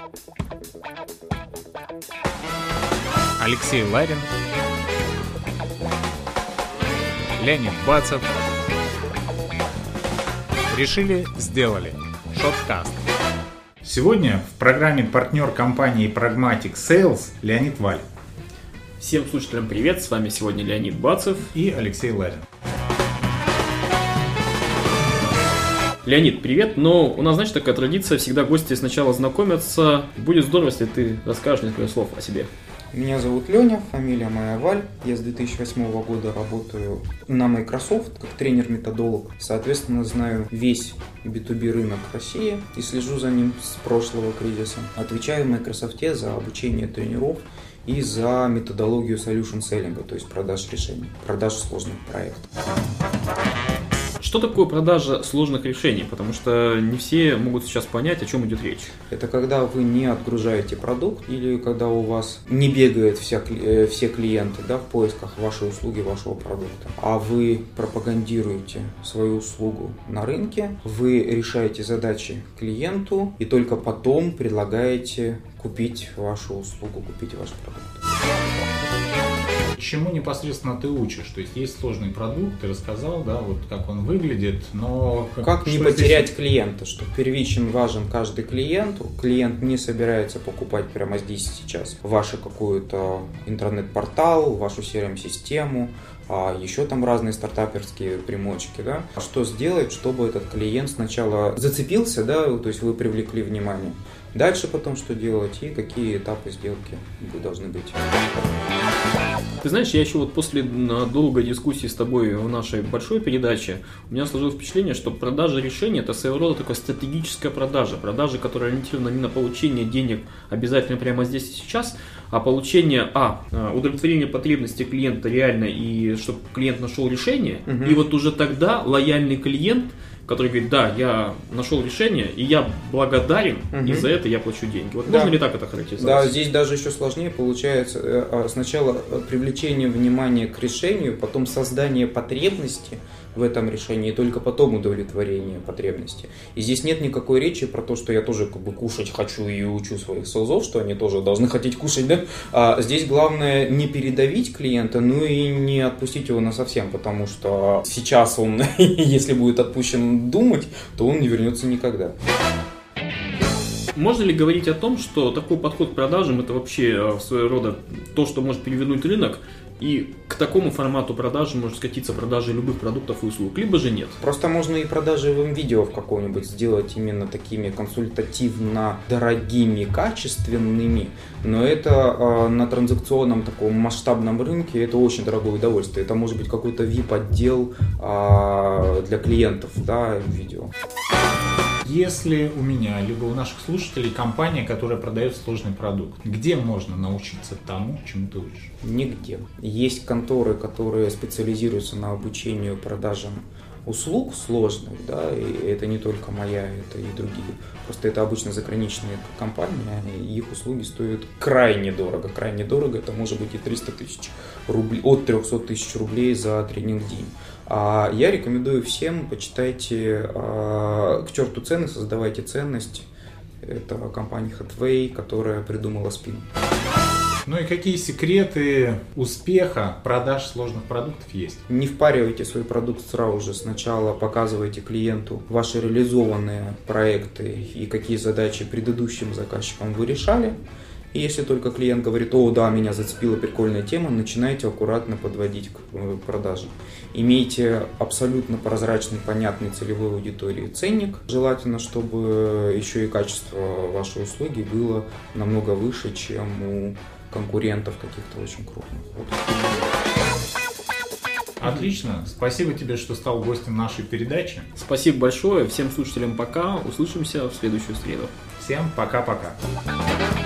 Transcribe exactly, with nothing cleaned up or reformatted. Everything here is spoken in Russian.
Алексей Ларин, Леонид Бацев. Решили, сделали. Шоткаст. Сегодня в программе партнер компании Pragmatic Sales Леонид Валь. Всем слушателям привет, с вами сегодня Леонид Бацев и Алексей Ларин. Леонид, привет, но у нас, знаешь, такая традиция, всегда гости сначала знакомятся. Будет здорово, если ты расскажешь несколько слов о себе. Меня зовут Леня, фамилия моя Валь. Я с две тысячи восьмого года работаю на Microsoft как тренер-методолог. Соответственно, знаю весь би ту би рынок России и слежу за ним с прошлого кризиса. Отвечаю в Microsoft за обучение тренеров и за методологию solution selling, то есть продаж решений, продаж сложных проектов. Что такое продажа сложных решений? Потому что не все могут сейчас понять, о чем идет речь. Это когда вы не отгружаете продукт или когда у вас не бегают вся, все клиенты, да, в поисках вашей услуги, вашего продукта, а вы пропагандируете свою услугу на рынке, вы решаете задачи клиенту и только потом предлагаете купить вашу услугу, купить ваш продукт. Чему непосредственно ты учишь? То есть есть сложный продукт, ты рассказал, да, вот как он выглядит, но... Как не потерять здесь... клиента, что первичен важен каждый клиент. Клиент не собирается покупать прямо здесь и сейчас ваш какой-то интернет-портал, вашу си эр эм-систему, а еще там разные стартаперские примочки, да. Что сделать, чтобы этот клиент сначала зацепился, да, то есть вы привлекли внимание. Дальше потом что делать и какие этапы сделки должны быть. Ты знаешь, я еще вот после долгой дискуссии с тобой в нашей большой передаче, у меня сложилось впечатление, что продажа решения – это своего рода такая стратегическая продажа. Продажа, которая ориентирована не на получение денег обязательно прямо здесь и сейчас, а получение, а, удовлетворение потребностей клиента реально, и чтобы клиент нашел решение, угу. И вот уже тогда лояльный клиент, который говорит, да, я нашел решение, и я благодарен, угу. И за это я плачу деньги. Вот да. Можно ли так это характеризовать? Да, здесь даже еще сложнее получается. Сначала привлечение внимания к решению, потом создание потребности в этом решении, и только потом удовлетворение потребности. И здесь нет никакой речи про то, что я тоже как бы кушать хочу и учу своих селзов, что они тоже должны хотеть кушать, да? А здесь главное не передавить клиента, ну и не отпустить его насовсем, потому что сейчас он, если будет отпущен думать, то он не вернется никогда. Можно ли говорить о том, что такой подход к продажам это вообще своего рода то, что может перевернуть рынок, и к такому формату продажи может скатиться продажа любых продуктов и услуг, либо же нет? Просто можно и продажи в видео в каком-нибудь сделать именно такими консультативно дорогими, качественными, но это э, на транзакционном таком масштабном рынке это очень дорогое удовольствие. Это может быть какой-то ви ай пи-отдел э, для клиентов, да, видео. Если у меня, либо у наших слушателей компания, которая продает сложный продукт, где можно научиться тому, чему ты учишь? Нигде. Есть конторы, которые специализируются на обучении продажам услуг сложных, да, и это не только моя, это и другие. Просто это обычно заграничные компании, и их услуги стоят крайне дорого. Крайне дорого, это может быть и триста тысяч рублей, от триста тысяч рублей за тренинг-день. А я рекомендую всем, почитайте а, «К черту цены, создавайте ценность». Это компания Hathaway, которая придумала спин. Ну и какие секреты успеха продаж сложных продуктов есть? Не впаривайте свой продукт сразу же. Сначала показывайте клиенту ваши реализованные проекты и какие задачи предыдущим заказчикам вы решали. И если только клиент говорит, о, да, меня зацепила прикольная тема, начинайте аккуратно подводить к продаже. Имейте абсолютно прозрачный, понятный целевой аудитории ценник. Желательно, чтобы еще и качество вашей услуги было намного выше, чем у конкурентов каких-то очень крупных. Вот. Отлично. Спасибо тебе, что стал гостем нашей передачи. Спасибо большое. Всем слушателям пока. Услышимся в следующую среду. Всем пока-пока.